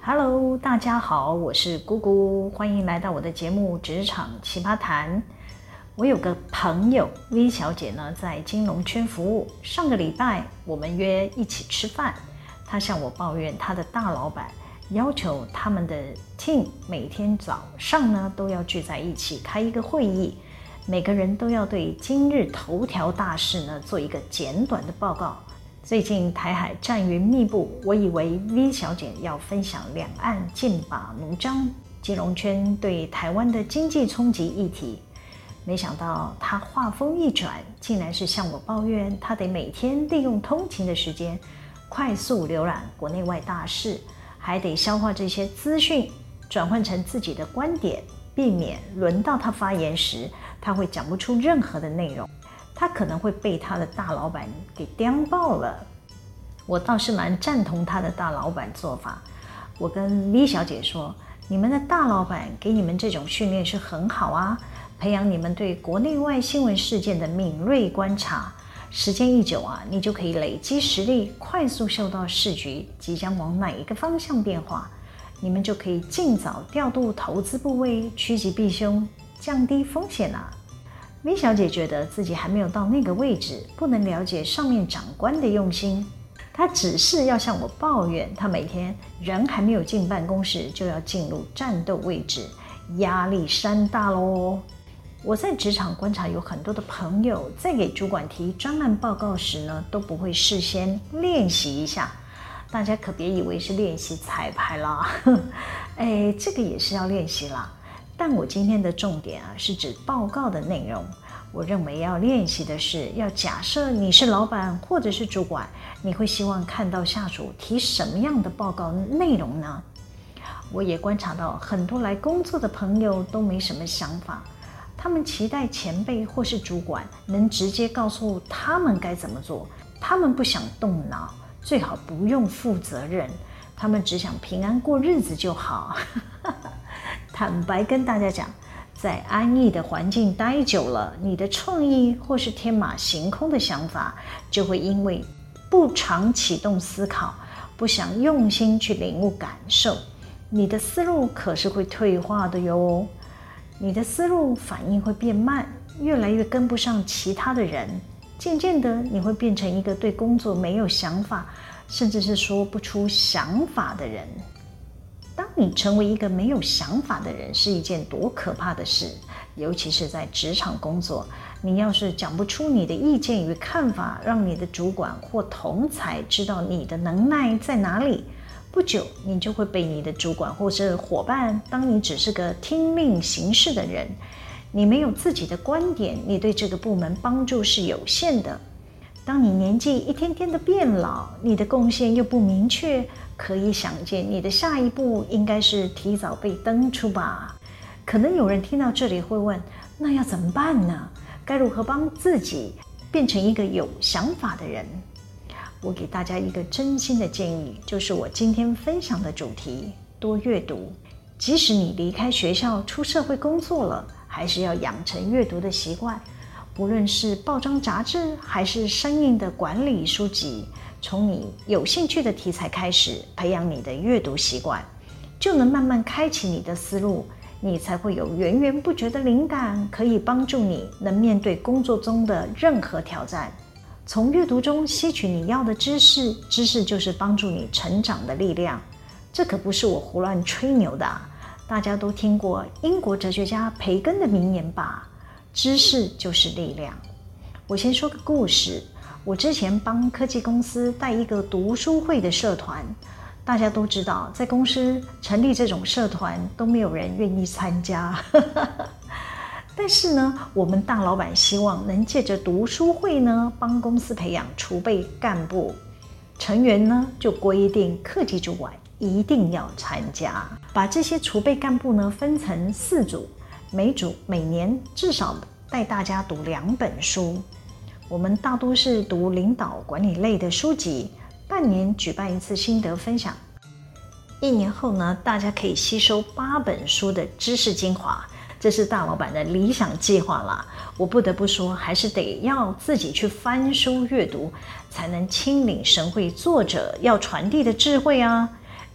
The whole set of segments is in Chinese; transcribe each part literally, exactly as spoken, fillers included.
Hello， 大家好，我是姑姑，欢迎来到我的节目《职场奇葩谈》。我有个朋友 V 小姐呢，在金融圈服务。上个礼拜我们约一起吃饭，她向我抱怨她的大老板要求他们的 team 每天早上呢都要聚在一起开一个会议，每个人都要对今日头条大事呢做一个简短的报告。最近台海战云密布，我以为 V 小姐要分享两岸剑拔弩张、金融圈对台湾的经济冲击议题，没想到她话锋一转，竟然是向我抱怨她得每天利用通勤的时间快速浏览国内外大事，还得消化这些资讯，转换成自己的观点，避免轮到她发言时，她会讲不出任何的内容。他可能会被他的大老板给刁爆了。我倒是蛮赞同他的大老板做法。我跟 V 小姐说，你们的大老板给你们这种训练是很好啊，培养你们对国内外新闻事件的敏锐观察。时间一久啊，你就可以累积实力，快速嗅到市局即将往哪一个方向变化，你们就可以尽早调度投资部位，趋吉避凶，降低风险啊。V 小姐觉得自己还没有到那个位置，不能了解上面长官的用心。她只是要向我抱怨，她每天人还没有进办公室，就要进入战斗位置，压力山大咯。我在职场观察，有很多的朋友在给主管提专案报告时呢，都不会事先练习一下。大家可别以为是练习彩排啦，哎，这个也是要练习啦。但我今天的重点啊，是指报告的内容。我认为要练习的是，要假设你是老板或者是主管，你会希望看到下属提什么样的报告内容呢？我也观察到很多来工作的朋友都没什么想法，他们期待前辈或是主管能直接告诉他们该怎么做，他们不想动脑，最好不用负责任，他们只想平安过日子就好。坦白跟大家讲，在安逸的环境待久了，你的创意或是天马行空的想法，就会因为不常启动思考，不想用心去领悟感受，你的思路可是会退化的哟。你的思路反应会变慢，越来越跟不上其他的人，渐渐的你会变成一个对工作没有想法，甚至是说不出想法的人。当你成为一个没有想法的人，是一件多可怕的事，尤其是在职场工作，你要是讲不出你的意见与看法，让你的主管或同侪知道你的能耐在哪里，不久你就会被你的主管或是伙伴当你只是个听命行事的人，你没有自己的观点，你对这个部门帮助是有限的。当你年纪一天天的变老，你的贡献又不明确，可以想见你的下一步应该是提早被登出吧。可能有人听到这里会问，那要怎么办呢？该如何帮自己变成一个有想法的人？我给大家一个真心的建议，就是我今天分享的主题，多阅读。即使你离开学校出社会工作了，还是要养成阅读的习惯。不论是报章杂志还是生硬的管理书籍，从你有兴趣的题材开始，培养你的阅读习惯，就能慢慢开启你的思路，你才会有源源不绝的灵感，可以帮助你能面对工作中的任何挑战。从阅读中吸取你要的知识，知识就是帮助你成长的力量。这可不是我胡乱吹牛的啊，大家都听过英国哲学家培根的名言吧？知识就是力量。我先说个故事，我之前帮科技公司带一个读书会的社团，大家都知道，在公司成立这种社团都没有人愿意参加。但是呢，我们大老板希望能借着读书会呢，帮公司培养储备干部，成员呢就规定科技主管一定要参加，把这些储备干部呢分成四组，每组每年至少带大家读两本书。我们大多是读领导管理类的书籍，半年举办一次心得分享。一年后呢，大家可以吸收八本书的知识精华，这是大老板的理想计划啦。我不得不说，还是得要自己去翻书阅读，才能亲领神会作者要传递的智慧啊。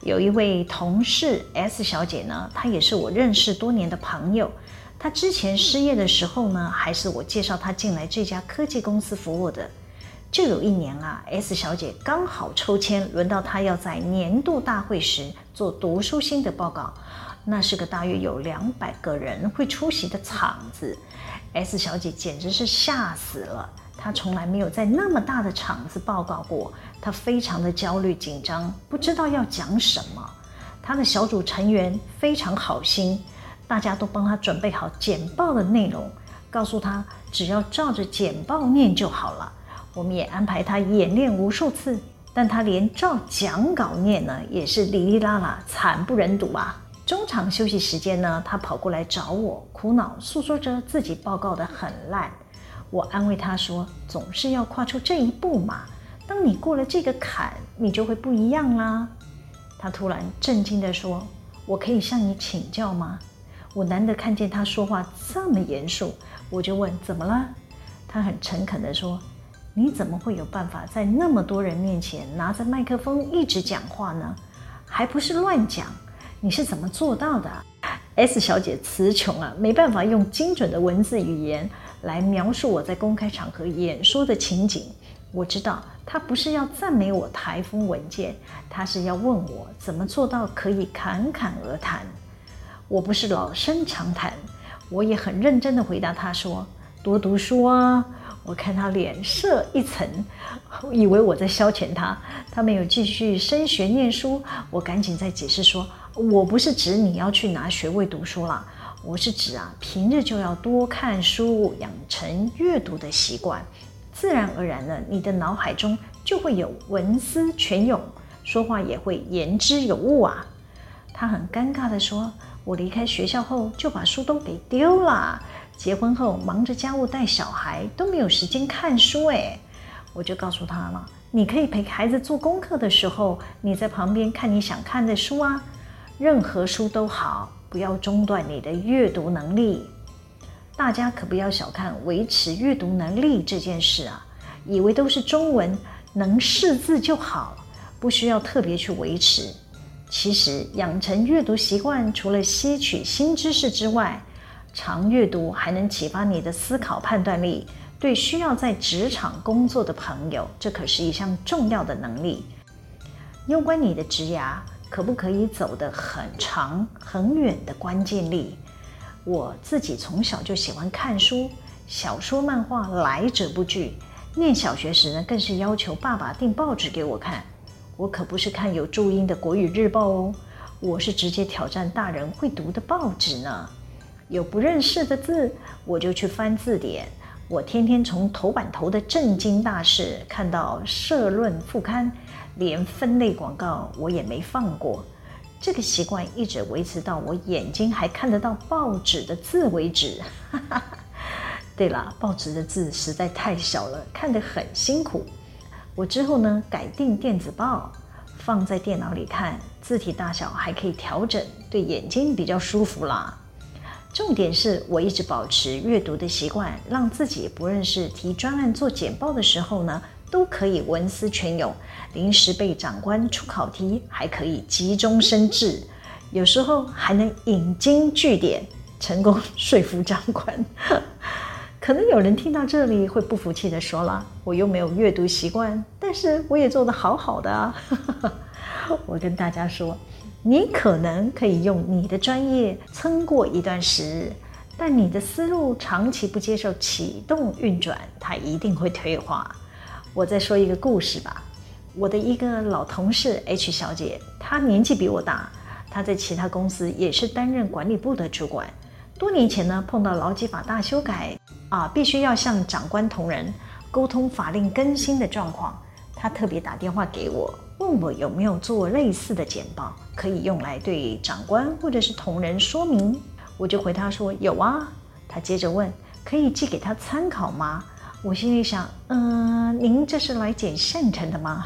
有一位同事 S 小姐呢，她也是我认识多年的朋友。她之前失业的时候呢，还是我介绍她进来这家科技公司服务的。就有一年啊 ，S 小姐刚好抽签，轮到她要在年度大会时做读书心得报告。那是个大约有两百个人会出席的场子。S 小姐简直是吓死了，她从来没有在那么大的场子报告过，她非常的焦虑紧张，不知道要讲什么。她的小组成员非常好心，大家都帮她准备好简报的内容，告诉她只要照着简报念就好了。我们也安排她演练无数次，但她连照讲稿念呢，也是哩哩啦啦，惨不忍睹啊。中场休息时间呢，他跑过来找我，苦恼诉说着自己报告得很烂。我安慰他说，总是要跨出这一步嘛，当你过了这个坎，你就会不一样啦。他突然震惊地说，我可以向你请教吗？我难得看见他说话这么严肃，我就问怎么了？他很诚恳地说，你怎么会有办法在那么多人面前拿着麦克风一直讲话呢？还不是乱讲，你是怎么做到的啊？ S 小姐词穷啊，没办法用精准的文字语言来描述我在公开场合演说的情景。我知道她不是要赞美我台风稳健，她是要问我怎么做到可以侃侃而谈。我不是老生常谈，我也很认真地回答她说，多读书啊。我看她脸色一沉，以为我在消遣她，她没有继续升学念书。我赶紧再解释说，我不是指你要去拿学位读书啦，我是指啊，平日就要多看书，养成阅读的习惯，自然而然的，你的脑海中就会有文思泉涌，说话也会言之有物啊。他很尴尬地说，我离开学校后就把书都给丢了，结婚后忙着家务带小孩，都没有时间看书诶。我就告诉他了，你可以陪孩子做功课的时候，你在旁边看你想看的书啊，任何书都好，不要中断你的阅读能力。大家可不要小看维持阅读能力这件事啊，以为都是中文，能识字就好，不需要特别去维持。其实养成阅读习惯，除了吸取新知识之外，常阅读还能启发你的思考判断力。对需要在职场工作的朋友，这可是一项重要的能力。攸关你的职涯可不可以走得很长很远的关键力。我自己从小就喜欢看书，小说漫画来者不拒。念小学时呢，更是要求爸爸订报纸给我看。我可不是看有注音的国语日报哦，我是直接挑战大人会读的报纸呢。有不认识的字，我就去翻字典。我天天从头版头的震惊大事看到社论副刊，连分类广告我也没放过。这个习惯一直维持到我眼睛还看得到报纸的字为止。对了，报纸的字实在太小了，看得很辛苦。我之后呢，改订电子报，放在电脑里看，字体大小还可以调整，对眼睛比较舒服啦。重点是我一直保持阅读的习惯，让自己不论是提专案做简报的时候呢，都可以文思泉涌，临时被长官出考题还可以急中生智，有时候还能引经据典，成功说服长官。可能有人听到这里会不服气地说了，我又没有阅读习惯，但是我也做得好好的啊。我跟大家说，你可能可以用你的专业撑过一段时日，但你的思路长期不接受启动运转，它一定会退化。我再说一个故事吧。我的一个老同事 H 小姐，她年纪比我大，她在其他公司也是担任管理部的主管。多年前呢，碰到劳基法大修改啊，必须要向长官同仁沟通法令更新的状况，她特别打电话给我，问我有没有做类似的简报，可以用来对长官或者是同仁说明。我就回她说有啊。她接着问，可以寄给她参考吗？我心里想，嗯、呃，您这是来捡现成的吗？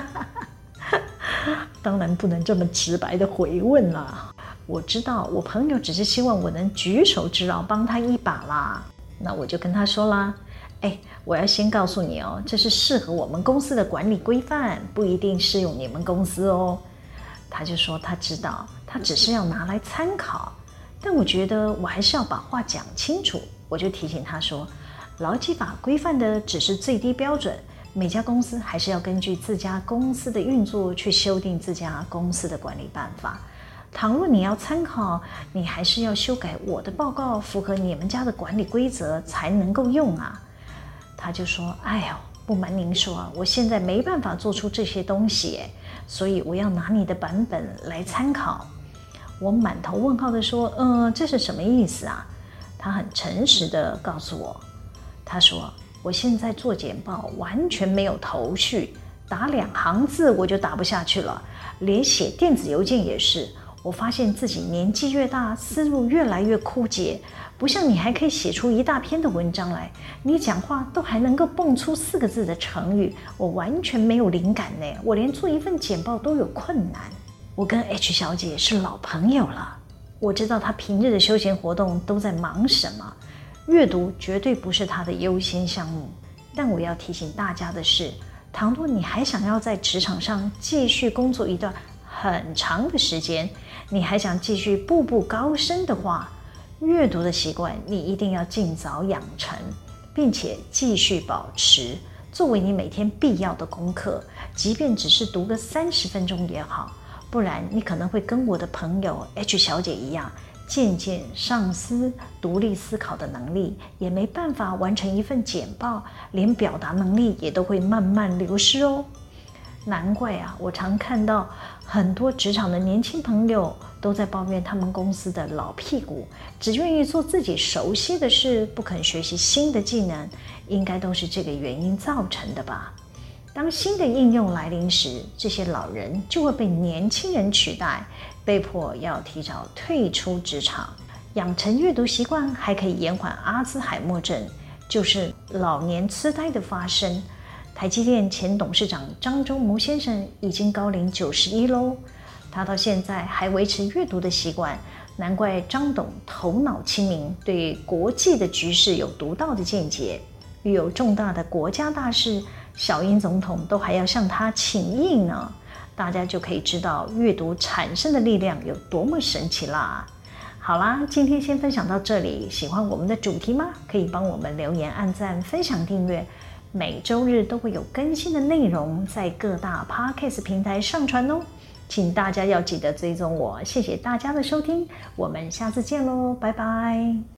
当然不能这么直白的回问啦。我知道我朋友只是希望我能举手之劳，帮他一把啦。那我就跟他说啦，哎，我要先告诉你哦，这是适合我们公司的管理规范，不一定适用你们公司哦。 他就说他知道，他只是要拿来参考，但我觉得我还是要把话讲清楚。我就提醒他说，劳基法规范的只是最低标准，每家公司还是要根据自家公司的运作去修订自家公司的管理办法。倘若你要参考，你还是要修改我的报告，符合你们家的管理规则才能够用啊。他就说，哎呦，不瞒您说，我现在没办法做出这些东西，所以我要拿你的版本来参考。我满头问号的说，嗯，这是什么意思啊？他很诚实的告诉我，他说，我现在做简报完全没有头绪，打两行字我就打不下去了，连写电子邮件也是。我发现自己年纪越大，思路越来越枯竭，不像你还可以写出一大篇的文章来，你讲话都还能够蹦出四个字的成语，我完全没有灵感呢，我连做一份简报都有困难。我跟 H 小姐是老朋友了，我知道她平日的休闲活动都在忙什么，阅读绝对不是她的优先项目。但我要提醒大家的是，倘若你还想要在职场上继续工作一段很长的时间，你还想继续步步高升的话，阅读的习惯你一定要尽早养成，并且继续保持，作为你每天必要的功课，即便只是读个三十分钟也好，不然你可能会跟我的朋友 H 小姐一样，渐渐丧失独立思考的能力，也没办法完成一份简报，连表达能力也都会慢慢流失哦。难怪啊，我常看到很多职场的年轻朋友都在抱怨他们公司的老屁股，只愿意做自己熟悉的事，不肯学习新的技能，应该都是这个原因造成的吧。当新的应用来临时，这些老人就会被年轻人取代，被迫要提早退出职场。养成阅读习惯还可以延缓阿兹海默症，就是老年痴呆的发生。台积电前董事长张忠谋先生已经高龄九十一喽，他到现在还维持阅读的习惯，难怪张董头脑清明，对国际的局势有独到的见解。遇有重大的国家大事，小英总统都还要向他请益呢。大家就可以知道阅读产生的力量有多么神奇啦。好啦，今天先分享到这里。喜欢我们的主题吗？可以帮我们留言、按赞、分享、订阅。每周日都会有更新的内容在各大 Podcast 平台上传哦，请大家要记得追踪我。谢谢大家的收听，我们下次见喽，拜拜。